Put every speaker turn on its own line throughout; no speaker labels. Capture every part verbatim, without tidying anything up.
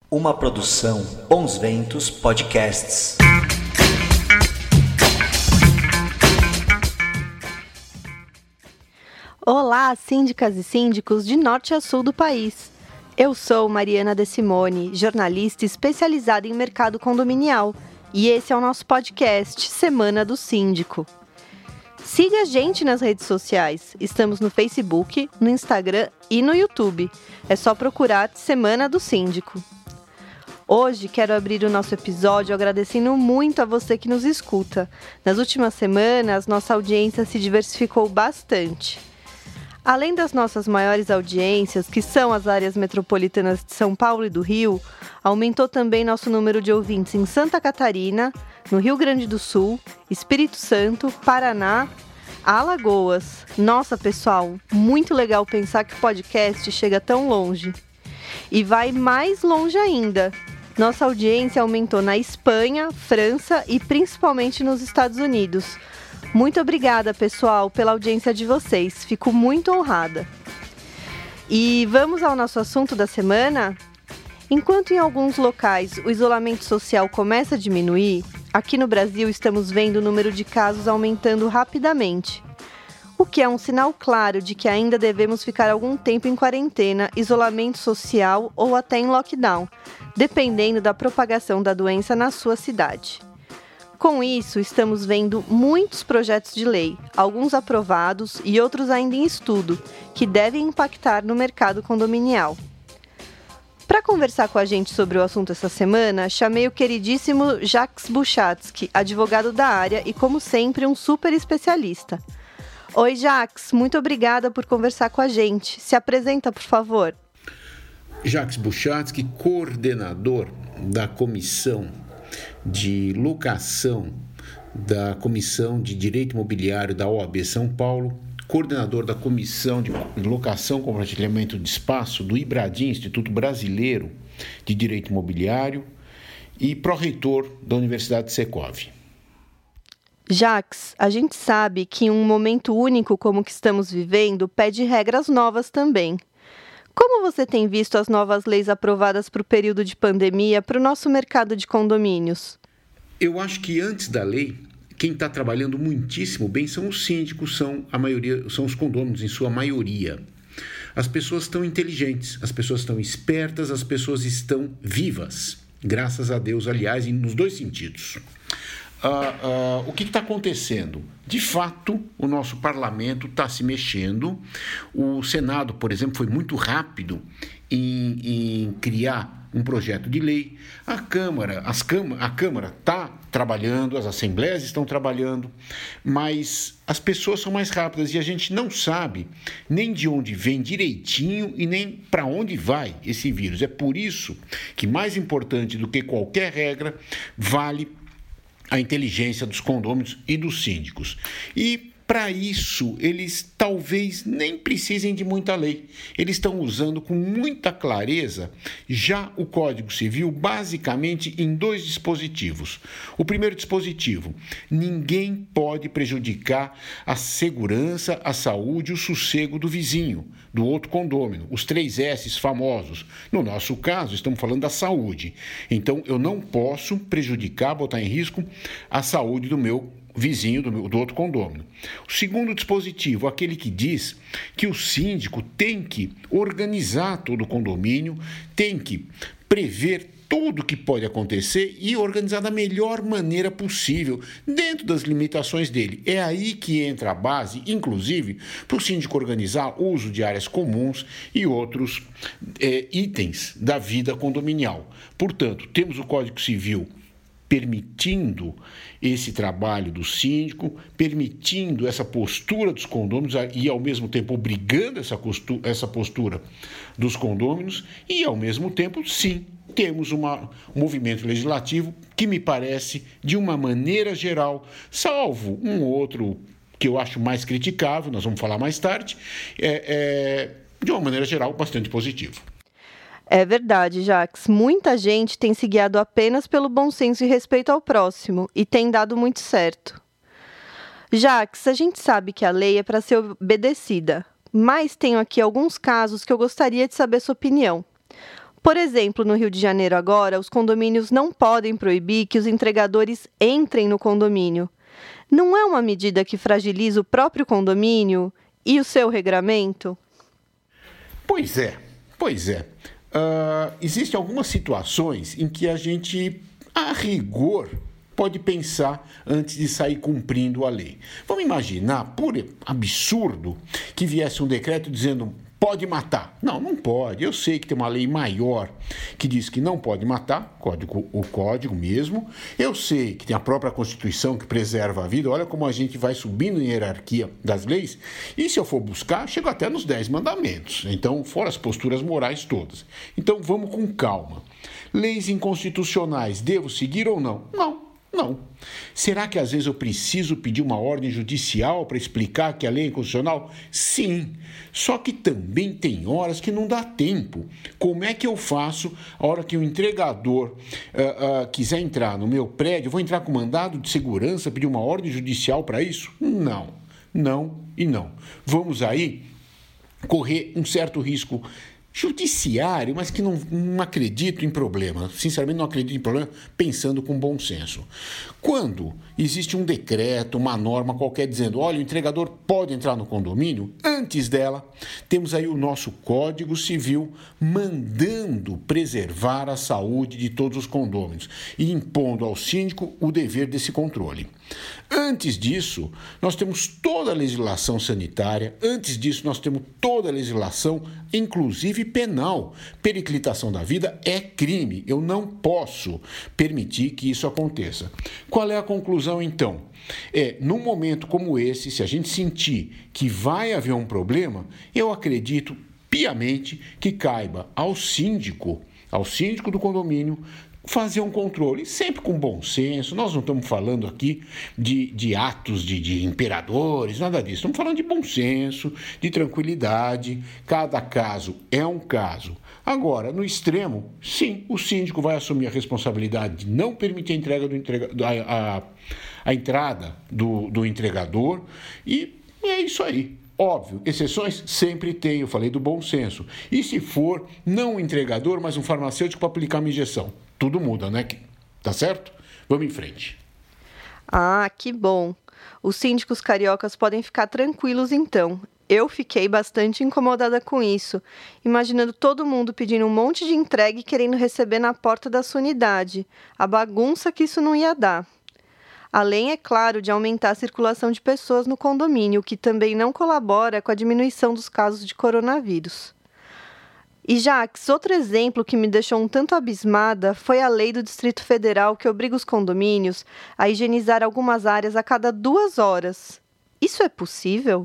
Uma produção Bons Ventos Podcasts.
Olá, síndicas e síndicos de norte a sul do país. Eu sou Mariana De Simone, jornalista especializada em mercado condominial, e esse é o nosso podcast Semana do Síndico. Siga a gente nas redes sociais. Estamos no Facebook, no Instagram e no YouTube. É só procurar Semana do Síndico. Hoje quero abrir o nosso episódio agradecendo muito a você que nos escuta. Nas últimas semanas, nossa audiência se diversificou bastante. Além das nossas maiores audiências, que são as áreas metropolitanas de São Paulo e do Rio, aumentou também nosso número de ouvintes em Santa Catarina, no Rio Grande do Sul, Espírito Santo, Paraná, Alagoas. Nossa, pessoal, muito legal pensar que o podcast chega tão longe. E vai mais longe ainda. Nossa audiência aumentou na Espanha, França e principalmente nos Estados Unidos. Muito obrigada, pessoal, pela audiência de vocês. Fico muito honrada. E vamos ao nosso assunto da semana? Enquanto em alguns locais o isolamento social começa a diminuir, aqui no Brasil estamos vendo o número de casos aumentando rapidamente. O que é um sinal claro de que ainda devemos ficar algum tempo em quarentena, isolamento social ou até em lockdown, dependendo da propagação da doença na sua cidade. Com isso, estamos vendo muitos projetos de lei, alguns aprovados e outros ainda em estudo, que devem impactar no mercado condominial. Para conversar com a gente sobre o assunto essa semana, chamei o queridíssimo Jacques Buchatsky, advogado da área e, como sempre, um super especialista. Oi, Jacques, muito obrigada por conversar com a gente. Se apresenta, por favor.
Jacques Buchatsky, coordenador da Comissão de Locação da Comissão de Direito Imobiliário da O A B São Paulo, coordenador da Comissão de Locação e Compartilhamento de Espaço do IBRADIM, Instituto Brasileiro de Direito Imobiliário, e pró-reitor da Universidade de Secov.
Jacques, a gente sabe que um momento único como o que estamos vivendo pede regras novas também. Como você tem visto as novas leis aprovadas para o período de pandemia para o nosso mercado de condomínios?
Eu acho que antes da lei, quem está trabalhando muitíssimo bem são os síndicos, são, a maioria, são os condôminos em sua maioria. As pessoas estão inteligentes, as pessoas estão espertas, as pessoas estão vivas. Graças a Deus, aliás, nos dois sentidos. Uh, uh, o que está acontecendo? De fato, o nosso parlamento está se mexendo. O Senado, por exemplo, foi muito rápido em, em criar um projeto de lei. A Câmara, as Câmara, a Câmara está trabalhando, as assembleias estão trabalhando, mas as pessoas são mais rápidas e a gente não sabe nem de onde vem direitinho e nem para onde vai esse vírus. É por isso que, mais importante do que qualquer regra, vale a inteligência dos condôminos e dos síndicos. E, para isso, eles talvez nem precisem de muita lei. Eles estão usando com muita clareza já o Código Civil, basicamente em dois dispositivos. O primeiro dispositivo: ninguém pode prejudicar a segurança, a saúde e o sossego do vizinho, do outro condômino, os três S's famosos. No nosso caso, estamos falando da saúde. Então, eu não posso prejudicar, botar em risco a saúde do meu vizinho, do, meu, do outro condômino. O segundo dispositivo, aquele que diz que o síndico tem que organizar todo o condomínio, tem que prever tudo o que pode acontecer e organizar da melhor maneira possível, dentro das limitações dele. É aí que entra a base, inclusive, para o síndico organizar o uso de áreas comuns e outros é, itens da vida condominial. Portanto, temos o Código Civil permitindo esse trabalho do síndico, permitindo essa postura dos condôminos e, ao mesmo tempo, obrigando essa postura, essa postura dos condôminos e, ao mesmo tempo, sim, temos uma, um movimento legislativo que me parece, de uma maneira geral, salvo um outro que eu acho mais criticável, nós vamos falar mais tarde, é, é, de uma maneira geral, bastante positivo.
É verdade, Jacques. Muita gente tem se guiado apenas pelo bom senso e respeito ao próximo, e tem dado muito certo. Jacques, a gente sabe que a lei é para ser obedecida, mas tenho aqui alguns casos que eu gostaria de saber sua opinião. Por exemplo, no Rio de Janeiro agora, os condomínios não podem proibir que os entregadores entrem no condomínio. Não é uma medida que fragiliza o próprio condomínio e o seu regramento?
Pois é, pois é. Uh, existem algumas situações em que a gente, a rigor, pode pensar antes de sair cumprindo a lei. Vamos imaginar, por absurdo, que viesse um decreto dizendo pode matar. Não, não pode. Eu sei que tem uma lei maior que diz que não pode matar, código, o código mesmo. Eu sei que tem a própria Constituição que preserva a vida. Olha como a gente vai subindo em hierarquia das leis. E se eu for buscar, chego até nos dez mandamentos. Então, fora as posturas morais todas. Então, vamos com calma. Leis inconstitucionais, devo seguir ou não? Não. Não. Será que às vezes eu preciso pedir uma ordem judicial para explicar que a lei é inconstitucional? Sim. Só que também tem horas que não dá tempo. Como é que eu faço a hora que o entregador uh, uh, quiser entrar no meu prédio? Eu vou entrar com mandado de segurança, pedir uma ordem judicial para isso? Não. Não e não. Vamos aí correr um certo risco judiciário, mas que não, não acredito em problema. Sinceramente, não acredito em problema, pensando com bom senso. Quando existe um decreto, uma norma qualquer dizendo, olha, o entregador pode entrar no condomínio, antes dela, temos aí o nosso Código Civil mandando preservar a saúde de todos os condôminos e impondo ao síndico o dever desse controle. Antes disso, nós temos toda a legislação sanitária, antes disso nós temos toda a legislação, inclusive penal. Periclitação da vida é crime, eu não posso permitir que isso aconteça. Qual é a conclusão então? É, num momento como esse, se a gente sentir que vai haver um problema, eu acredito piamente que caiba ao síndico, ao síndico do condomínio, fazer um controle, sempre com bom senso. Nós não estamos falando aqui de, de atos de, de imperadores, nada disso. Estamos falando de bom senso, de tranquilidade. Cada caso é um caso. Agora, no extremo, sim, o síndico vai assumir a responsabilidade de não permitir a entrega do entrega, a, a, a entrada do, do entregador e, e é isso aí. Óbvio, exceções sempre tem, eu falei do bom senso. E se for não um entregador, mas um farmacêutico para aplicar uma injeção? Tudo muda, né? Tá certo? Vamos em frente.
Ah, que bom. Os síndicos cariocas podem ficar tranquilos então. Eu fiquei bastante incomodada com isso, imaginando todo mundo pedindo um monte de entrega e querendo receber na porta da sua unidade. A bagunça que isso não ia dar. Além, é claro, de aumentar a circulação de pessoas no condomínio, o que também não colabora com a diminuição dos casos de coronavírus. E, Jax, outro exemplo que me deixou um tanto abismada foi a lei do Distrito Federal que obriga os condomínios a higienizar algumas áreas a cada duas horas. Isso é possível?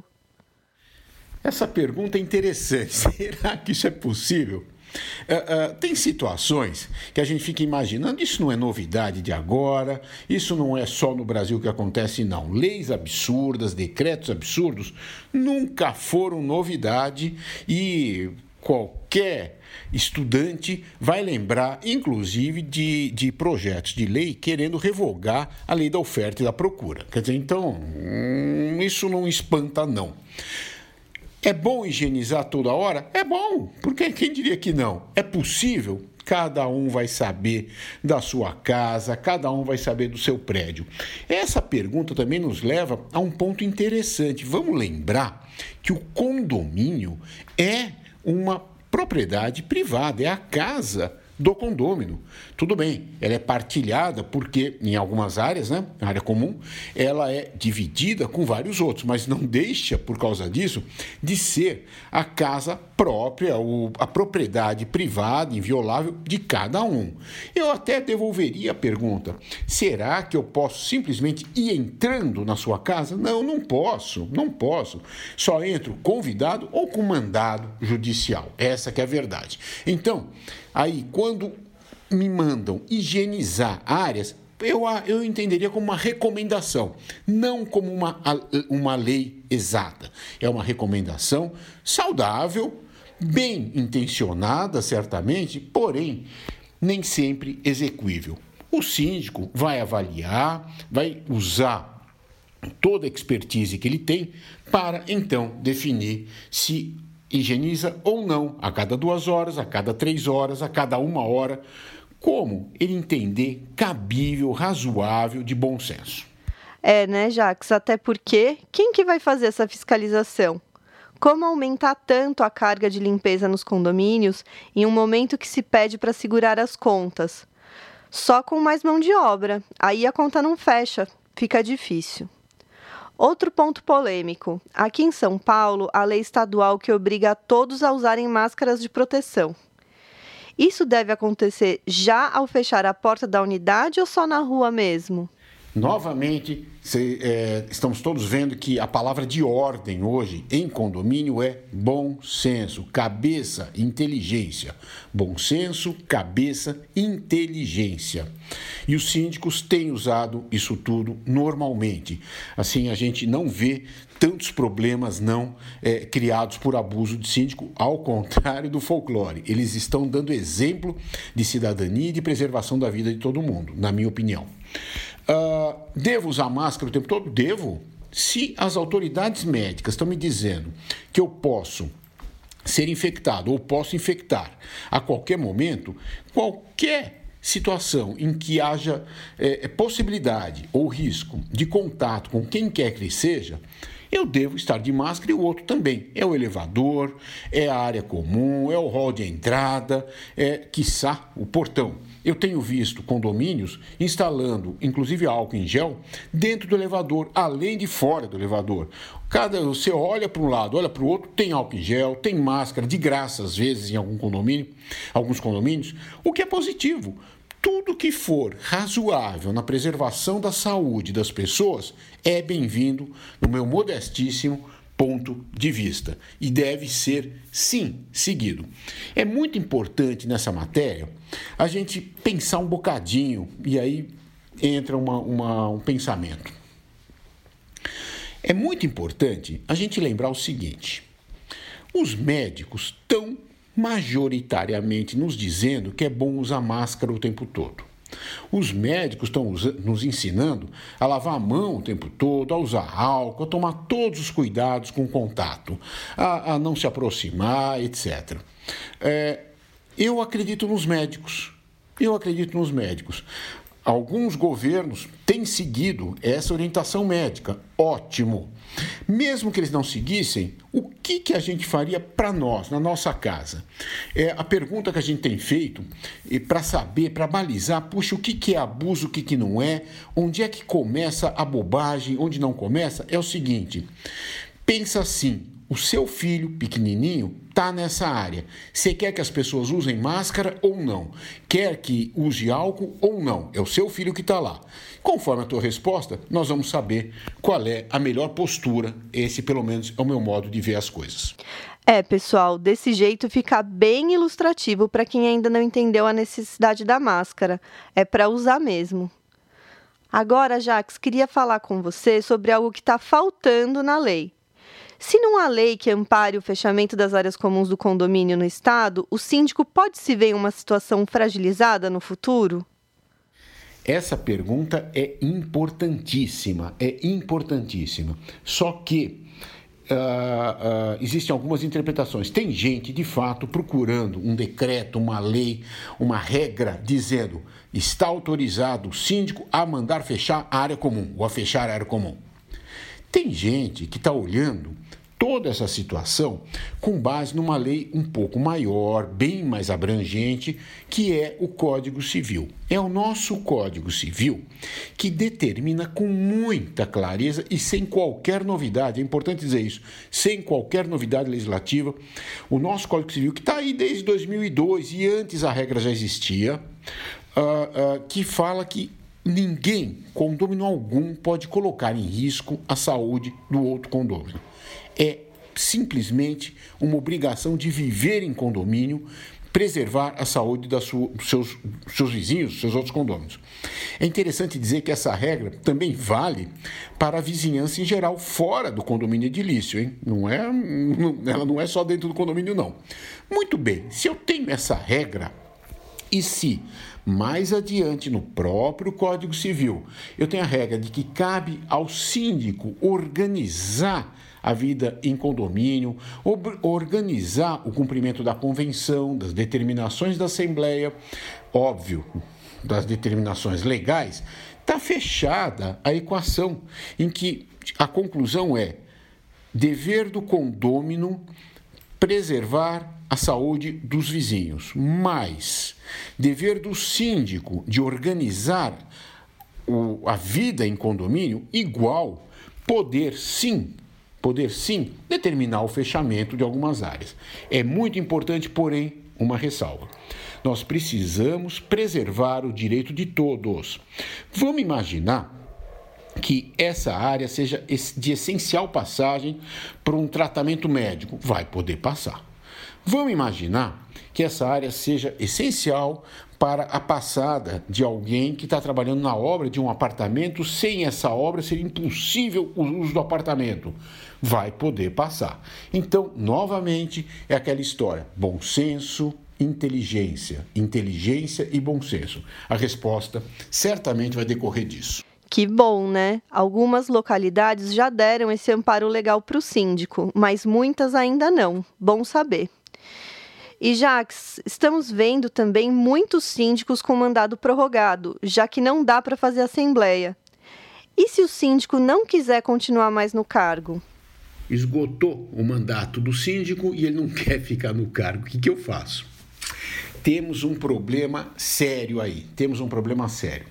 Essa pergunta é interessante. Será que isso é possível? Uh, uh, tem situações que a gente fica imaginando, isso não é novidade de agora, isso não é só no Brasil que acontece, não. Leis absurdas, decretos absurdos nunca foram novidade e qualquer estudante vai lembrar, inclusive, de, de projetos de lei querendo revogar a lei da oferta e da procura. Quer dizer, então, hum, isso não espanta, não. É bom higienizar toda hora? É bom, porque quem diria que não? É possível? Cada um vai saber da sua casa, cada um vai saber do seu prédio. Essa pergunta também nos leva a um ponto interessante. Vamos lembrar que o condomínio é uma propriedade privada, é a casa do condômino. Tudo bem, ela é partilhada porque em algumas áreas, né, na área comum, ela é dividida com vários outros, mas não deixa, por causa disso, de ser a casa própria, ou a propriedade privada, inviolável de cada um. Eu até devolveria a pergunta, será que eu posso simplesmente ir entrando na sua casa? Não, não posso, não posso. Só entro convidado ou com mandado judicial. Essa que é a verdade. Então, aí, quando me mandam higienizar áreas, eu, eu entenderia como uma recomendação, não como uma, uma lei exata. É uma recomendação saudável, bem intencionada, certamente, porém, nem sempre execuível. O síndico vai avaliar, vai usar toda a expertise que ele tem para, então, definir se higieniza ou não, a cada duas horas, a cada três horas, a cada uma hora. Como ele entender cabível, razoável, de bom senso.
É, né, Jax? Até porque, quem que vai fazer essa fiscalização? Como aumentar tanto a carga de limpeza nos condomínios em um momento que se pede para segurar as contas? Só com mais mão de obra. Aí a conta não fecha, fica difícil. Outro ponto polêmico. Aqui em São Paulo, a lei estadual que obriga a todos a usarem máscaras de proteção. Isso deve acontecer já ao fechar a porta da unidade ou só na rua mesmo?
Novamente, cê, é, estamos todos vendo que a palavra de ordem hoje em condomínio é bom senso, cabeça, inteligência. Bom senso, cabeça, inteligência. E os síndicos têm usado isso tudo normalmente. Assim, a gente não vê tantos problemas não é, criados por abuso de síndico, ao contrário do folclore. Eles estão dando exemplo de cidadania e de preservação da vida de todo mundo, na minha opinião. Uh, devo usar máscara o tempo todo? Devo. Se as autoridades médicas estão me dizendo que eu posso ser infectado ou posso infectar a qualquer momento, qualquer situação em que haja é, possibilidade ou risco de contato com quem quer que seja, eu devo estar de máscara e o outro também. É o elevador, é a área comum, é o hall de entrada, é, quiçá, o portão. Eu tenho visto condomínios instalando, inclusive, álcool em gel dentro do elevador, além de fora do elevador. Cada, você olha para um lado, olha para o outro, tem álcool em gel, tem máscara, de graça, às vezes, em algum condomínio, alguns condomínios, o que é positivo. Tudo que for razoável na preservação da saúde das pessoas é bem-vindo, no meu modestíssimo ponto de vista, e deve ser, sim, seguido. É muito importante nessa matéria a gente pensar um bocadinho, e aí entra uma, uma, um pensamento. É muito importante a gente lembrar o seguinte: os médicos estão majoritariamente nos dizendo que é bom usar máscara o tempo todo. Os médicos estão nos ensinando a lavar a mão o tempo todo, a usar álcool, a tomar todos os cuidados com o contato, a, a não se aproximar, etcétera. É, eu acredito nos médicos. Eu acredito nos médicos. Alguns governos têm seguido essa orientação médica. Ótimo. Mesmo que eles não seguissem, o que, que a gente faria para nós, na nossa casa? É a pergunta que a gente tem feito para saber, para balizar, puxa, o que, que é abuso, o que, que não é, onde é que começa a bobagem, onde não começa, é o seguinte: pensa assim. O seu filho, pequenininho, está nessa área. Você quer que as pessoas usem máscara ou não? Quer que use álcool ou não? É o seu filho que está lá. Conforme a tua resposta, nós vamos saber qual é a melhor postura. Esse, pelo menos, é o meu modo de ver as coisas.
É, pessoal, desse jeito fica bem ilustrativo para quem ainda não entendeu a necessidade da máscara. É para usar mesmo. Agora, Jax, queria falar com você sobre algo que está faltando na lei. Se não há lei que ampare o fechamento das áreas comuns do condomínio no estado, o síndico pode se ver em uma situação fragilizada no futuro?
Essa pergunta é importantíssima, é importantíssima. Só que uh, uh, existem algumas interpretações. Tem gente, de fato, procurando um decreto, uma lei, uma regra, dizendo está autorizado o síndico a mandar fechar a área comum, ou a fechar a área comum. Tem gente que está olhando toda essa situação com base numa lei um pouco maior, bem mais abrangente, que é o Código Civil. É o nosso Código Civil que determina com muita clareza e sem qualquer novidade, é importante dizer isso, sem qualquer novidade legislativa, o nosso Código Civil, que está aí desde dois mil e dois e antes a regra já existia, uh, uh, que fala que ninguém, condômino algum, pode colocar em risco a saúde do outro condômino. É simplesmente uma obrigação de viver em condomínio, preservar a saúde dos seus, seus vizinhos, dos seus outros condôminos. É interessante dizer que essa regra também vale para a vizinhança em geral, fora do condomínio edilício, hein? Não é, ela não é só dentro do condomínio, não. Muito bem, se eu tenho essa regra, E se, mais adiante, no próprio Código Civil, eu tenho a regra de que cabe ao síndico organizar a vida em condomínio, organizar o cumprimento da convenção, das determinações da Assembleia, óbvio, das determinações legais, está fechada a equação em que a conclusão é dever do condômino preservar a saúde dos vizinhos, mas dever do síndico de organizar o, a vida em condomínio igual, poder sim, poder sim determinar o fechamento de algumas áreas. É muito importante, porém, uma ressalva. Nós precisamos preservar o direito de todos. Vamos imaginar que essa área seja de essencial passagem para um tratamento médico. Vai poder passar. Vamos imaginar que essa área seja essencial para a passada de alguém que está trabalhando na obra de um apartamento. Sem essa obra seria impossível o uso do apartamento. Vai poder passar. Então, novamente, é aquela história. Bom senso, inteligência. Inteligência e bom senso. A resposta certamente vai decorrer disso.
Que bom, né? Algumas localidades já deram esse amparo legal para o síndico, mas muitas ainda não. Bom saber. E, Jax, estamos vendo também muitos síndicos com mandado prorrogado, já que não dá para fazer assembleia. E se o síndico não quiser continuar mais no cargo?
Esgotou o mandato do síndico e ele não quer ficar no cargo. O que, que eu faço? Temos um problema sério aí. Temos um problema sério.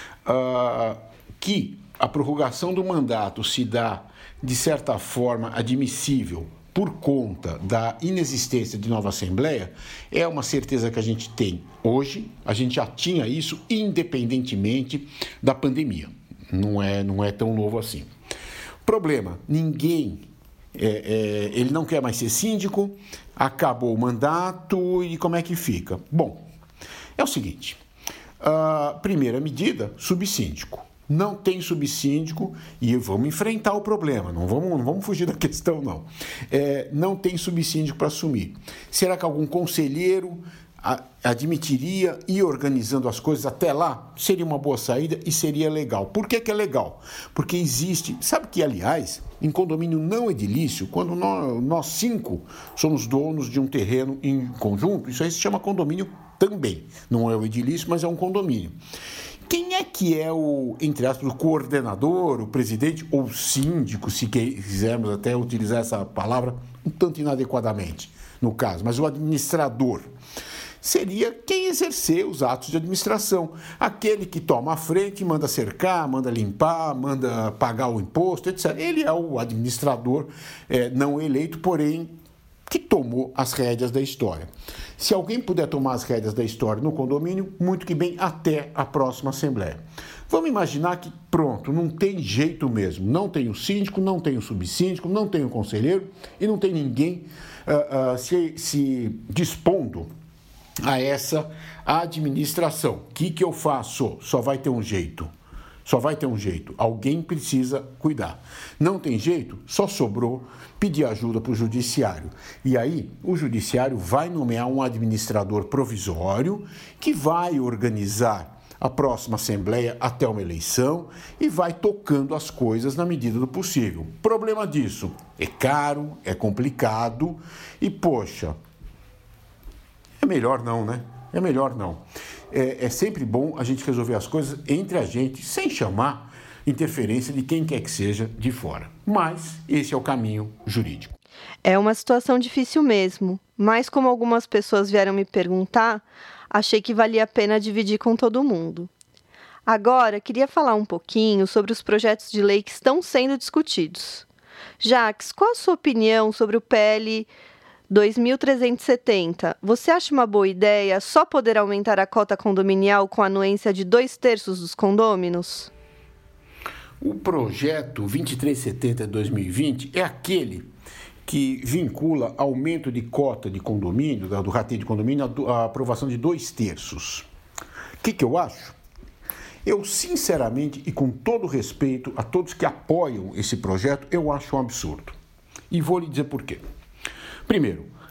Uh, que a prorrogação do mandato se dá, de certa forma, admissível por conta da inexistência de nova Assembleia, é uma certeza que a gente tem hoje. A gente já tinha isso independentemente da pandemia. Não é, não é tão novo assim. Problema, ninguém, é, é, ele não quer mais ser síndico, acabou o mandato e como é que fica? Bom, é o seguinte, a primeira medida, subsíndico. Não tem subsíndico e vamos enfrentar o problema, não vamos, não vamos fugir da questão, não. É, não tem subsíndico para assumir. Será que algum conselheiro a, admitiria ir organizando as coisas até lá? Seria uma boa saída e seria legal. Por que que é legal? Porque existe, sabe que, aliás, em condomínio não edilício, quando nós, nós cinco somos donos de um terreno em conjunto, isso aí se chama condomínio também. Não é o edilício, mas é um condomínio. Quem é que é o, entre aspas, o coordenador, o presidente ou o síndico, se quisermos até utilizar essa palavra um tanto inadequadamente, no caso, mas o administrador seria quem exercer os atos de administração, aquele que toma a frente, manda cercar, manda limpar, manda pagar o imposto, etcétera. Ele é o administrador é, não eleito, porém que tomou as rédeas da história. Se alguém puder tomar as rédeas da história no condomínio, muito que bem, até a próxima Assembleia. Vamos imaginar que, pronto, não tem jeito mesmo. Não tem o síndico, não tem o subsíndico, não tem o conselheiro e não tem ninguém uh, uh, se, se dispondo a essa administração. O que, que eu faço? Só vai ter um jeito. Só vai ter um jeito. Alguém precisa cuidar. Não tem jeito? Só sobrou pedir ajuda para o judiciário. E aí, o judiciário vai nomear um administrador provisório que vai organizar a próxima Assembleia até uma eleição e vai tocando as coisas na medida do possível. Problema disso? É caro, é complicado e, poxa, é melhor não, né? É melhor não. É, é sempre bom a gente resolver as coisas entre a gente, sem chamar interferência de quem quer que seja de fora. Mas esse é o caminho jurídico.
É uma situação difícil mesmo, mas como algumas pessoas vieram me perguntar, achei que valia a pena dividir com todo mundo. Agora, queria falar um pouquinho sobre os projetos de lei que estão sendo discutidos. Jax, qual a sua opinião sobre o P L dois mil trezentos e setenta, você acha uma boa ideia só poder aumentar a cota condominial com a anuência de dois terços dos condôminos?
O projeto vinte e três setenta de dois mil e vinte é aquele que vincula aumento de cota de condomínio, do rateio de condomínio, a aprovação de dois terços. O que, que eu acho? Eu, sinceramente, e com todo respeito a todos que apoiam esse projeto, eu acho um absurdo. E vou lhe dizer por quê. Primeiro,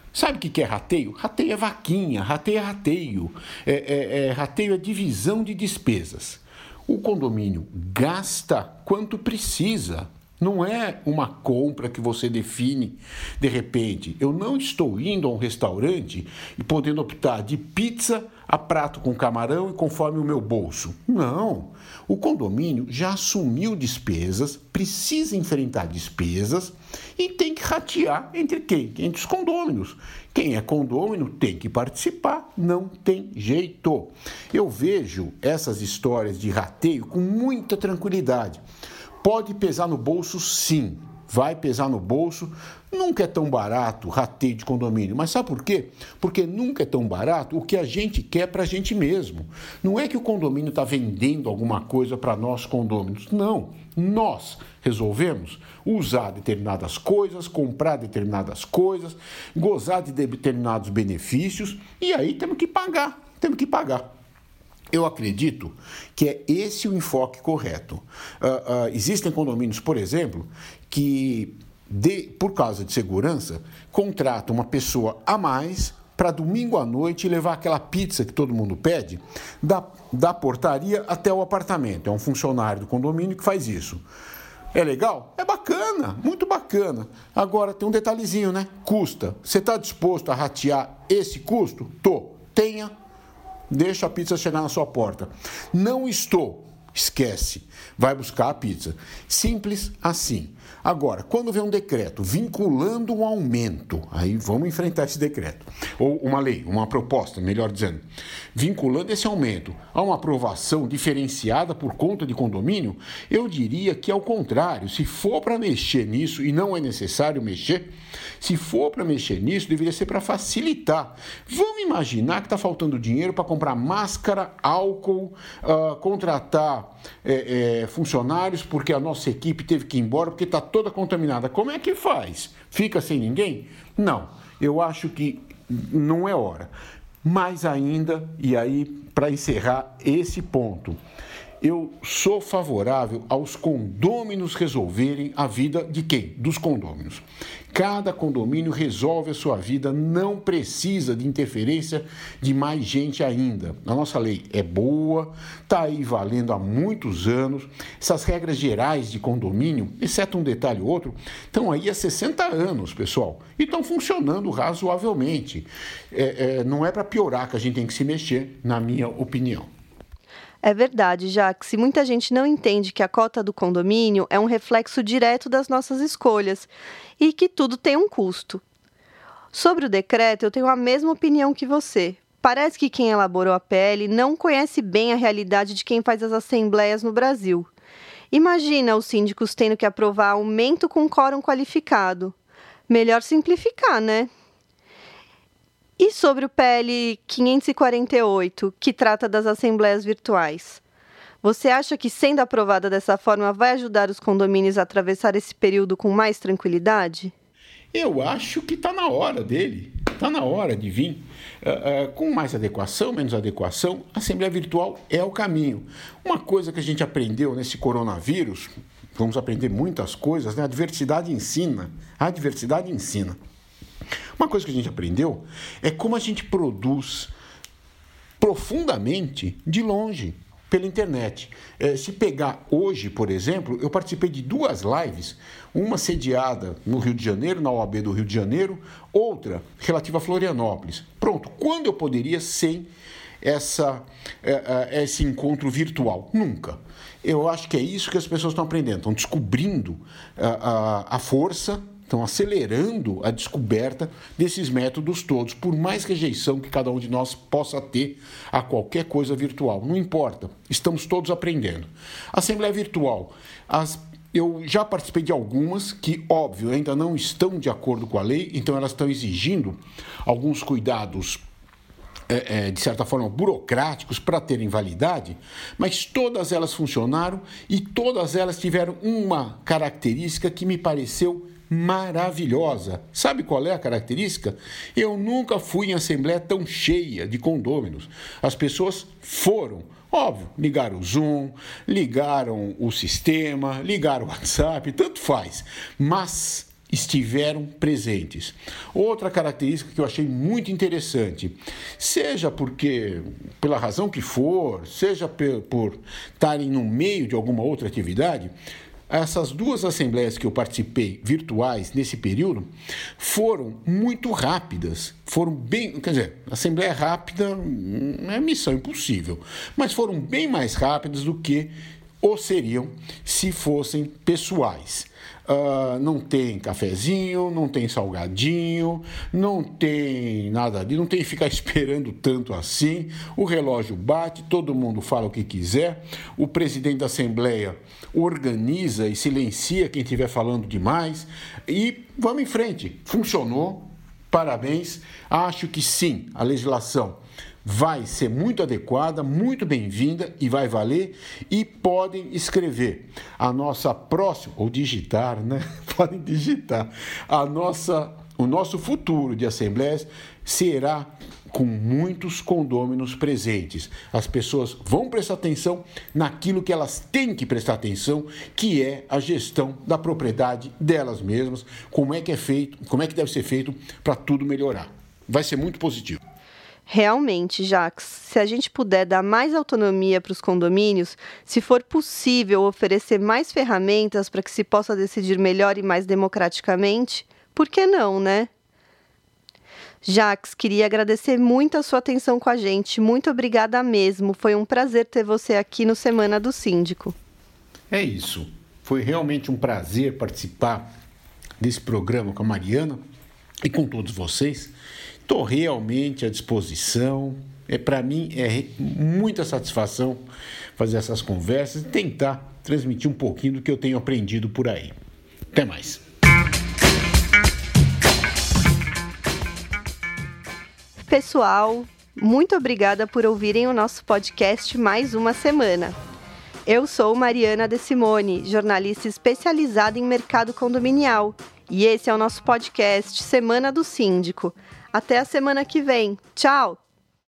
Sabe o que é rateio? Rateio é vaquinha, rateio é rateio. É, é, é, rateio é divisão de despesas. O condomínio gasta quanto precisa. Não é uma compra que você define de repente. Eu não estou indo a um restaurante e podendo optar de pizza a prato com camarão e conforme o meu bolso. Não. O condomínio já assumiu despesas, precisa enfrentar despesas e tem que ratear entre quem? Entre os condôminos. Quem é condômino tem que participar, não tem jeito. Eu vejo essas histórias de rateio com muita tranquilidade. Pode pesar no bolso, sim. Vai pesar no bolso. Nunca é tão barato rateio de condomínio. Mas sabe por quê? Porque nunca é tão barato o que a gente quer para a gente mesmo. Não é que o condomínio está vendendo alguma coisa para nós condôminos. Não. Nós resolvemos usar determinadas coisas, comprar determinadas coisas, gozar de determinados benefícios e aí temos que pagar. Temos que pagar. Eu acredito que é esse o enfoque correto. Uh, uh, existem condomínios, por exemplo, que, de, por causa de segurança, contratam uma pessoa a mais para domingo à noite levar aquela pizza que todo mundo pede da, da portaria até o apartamento. É um funcionário do condomínio que faz isso. É legal? É bacana, muito bacana. Agora tem um detalhezinho, né? Custa. Você está disposto a ratear esse custo? Tô. Tenha. Deixa a pizza chegar na sua porta. Não estou. Esquece. Vai buscar a pizza. Simples assim. Agora, quando vem um decreto vinculando um aumento, aí vamos enfrentar esse decreto. Ou uma lei, uma proposta, melhor dizendo. Vinculando esse aumento a uma aprovação diferenciada por conta de condomínio, eu diria que é o contrário. Se for para mexer nisso, e não é necessário mexer, se for para mexer nisso, deveria ser para facilitar. Vamos imaginar que está faltando dinheiro para comprar máscara, álcool, uh, contratar é, é, funcionários porque a nossa equipe teve que ir embora porque está toda contaminada. Como é que faz? Fica sem ninguém? Não, eu acho que não é hora. Mais ainda, e aí para encerrar esse ponto, eu sou favorável aos condôminos resolverem a vida de quem? Dos condôminos. Cada condomínio resolve a sua vida, não precisa de interferência de mais gente ainda. A nossa lei é boa, está aí valendo há muitos anos. Essas regras gerais de condomínio, exceto um detalhe ou outro, estão aí há sessenta anos, pessoal, e estão funcionando razoavelmente. É, é, não é para piorar que a gente tem que se mexer, na minha opinião.
É verdade, Jax. Muita gente não entende que a cota do condomínio é um reflexo direto das nossas escolhas e que tudo tem um custo. Sobre o decreto, eu tenho a mesma opinião que você. Parece que quem elaborou a P L não conhece bem a realidade de quem faz as assembleias no Brasil. Imagina os síndicos tendo que aprovar aumento com quórum qualificado. Melhor simplificar, né? E sobre o P L quinhentos e quarenta e oito, que trata das assembleias virtuais? Você acha que, sendo aprovada dessa forma, vai ajudar os condomínios a atravessar esse período com mais tranquilidade?
Eu acho que está na hora dele, está na hora de vir. Uh, uh, com mais adequação, menos adequação, a Assembleia Virtual é o caminho. Uma coisa que a gente aprendeu nesse coronavírus, vamos aprender muitas coisas, né? A diversidade ensina, a diversidade ensina. Uma coisa que a gente aprendeu é como a gente produz profundamente de longe, pela internet. É, se pegar hoje, por exemplo, eu participei de duas lives, uma sediada no Rio de Janeiro, na O A B do Rio de Janeiro, outra relativa a Florianópolis. Pronto, quando eu poderia sem essa, é, é, esse encontro virtual? Nunca. Eu acho que é isso que as pessoas estão aprendendo, estão descobrindo a, a, a força, estão acelerando a descoberta desses métodos todos, por mais rejeição que cada um de nós possa ter a qualquer coisa virtual. Não importa, estamos todos aprendendo. Assembleia virtual, as, eu já participei de algumas que, óbvio, ainda não estão de acordo com a lei, então elas estão exigindo alguns cuidados, é, é, de certa forma, burocráticos para terem validade, mas todas elas funcionaram e todas elas tiveram uma característica que me pareceu maravilhosa. Sabe qual é a característica? Eu nunca fui em assembleia tão cheia de condôminos. As pessoas foram, óbvio, ligaram o Zoom, ligaram o sistema, ligaram o WhatsApp, tanto faz. Mas estiveram presentes. Outra característica que eu achei muito interessante, seja porque, pela razão que for, seja por estarem no meio de alguma outra atividade, essas duas assembleias que eu participei, virtuais, nesse período, foram muito rápidas, foram bem, quer dizer, assembleia rápida é missão impossível, mas foram bem mais rápidas do que ou seriam se fossem pessoais. Uh, não tem cafezinho, não tem salgadinho, não tem nada disso, não tem que ficar esperando tanto assim. O relógio bate, todo mundo fala o que quiser, o presidente da Assembleia organiza e silencia quem estiver falando demais e vamos em frente. Funcionou, parabéns. Acho que sim, a legislação vai ser muito adequada, muito bem-vinda e vai valer. E podem escrever a nossa próxima, ou digitar, né? Podem digitar. A nossa, o nosso futuro de assembleias será com muitos condôminos presentes. As pessoas vão prestar atenção naquilo que elas têm que prestar atenção, que é a gestão da propriedade delas mesmas, como é que é feito, como é que deve ser feito para tudo melhorar. Vai ser muito positivo.
Realmente, Jacques, se a gente puder dar mais autonomia para os condomínios, se for possível oferecer mais ferramentas para que se possa decidir melhor e mais democraticamente, por que não, né? Jacques, queria agradecer muito a sua atenção com a gente. Muito obrigada mesmo. Foi um prazer ter você aqui no Semana do Síndico.
É isso. Foi realmente um prazer participar desse programa com a Mariana e com todos vocês. Estou realmente à disposição. É, para mim é muita satisfação fazer essas conversas e tentar transmitir um pouquinho do que eu tenho aprendido por aí. Até mais.
Pessoal, muito obrigada por ouvirem o nosso podcast mais uma semana. Eu sou Mariana De Simone, jornalista especializada em mercado condominial, e esse é o nosso podcast Semana do Síndico. Até a semana que vem. Tchau!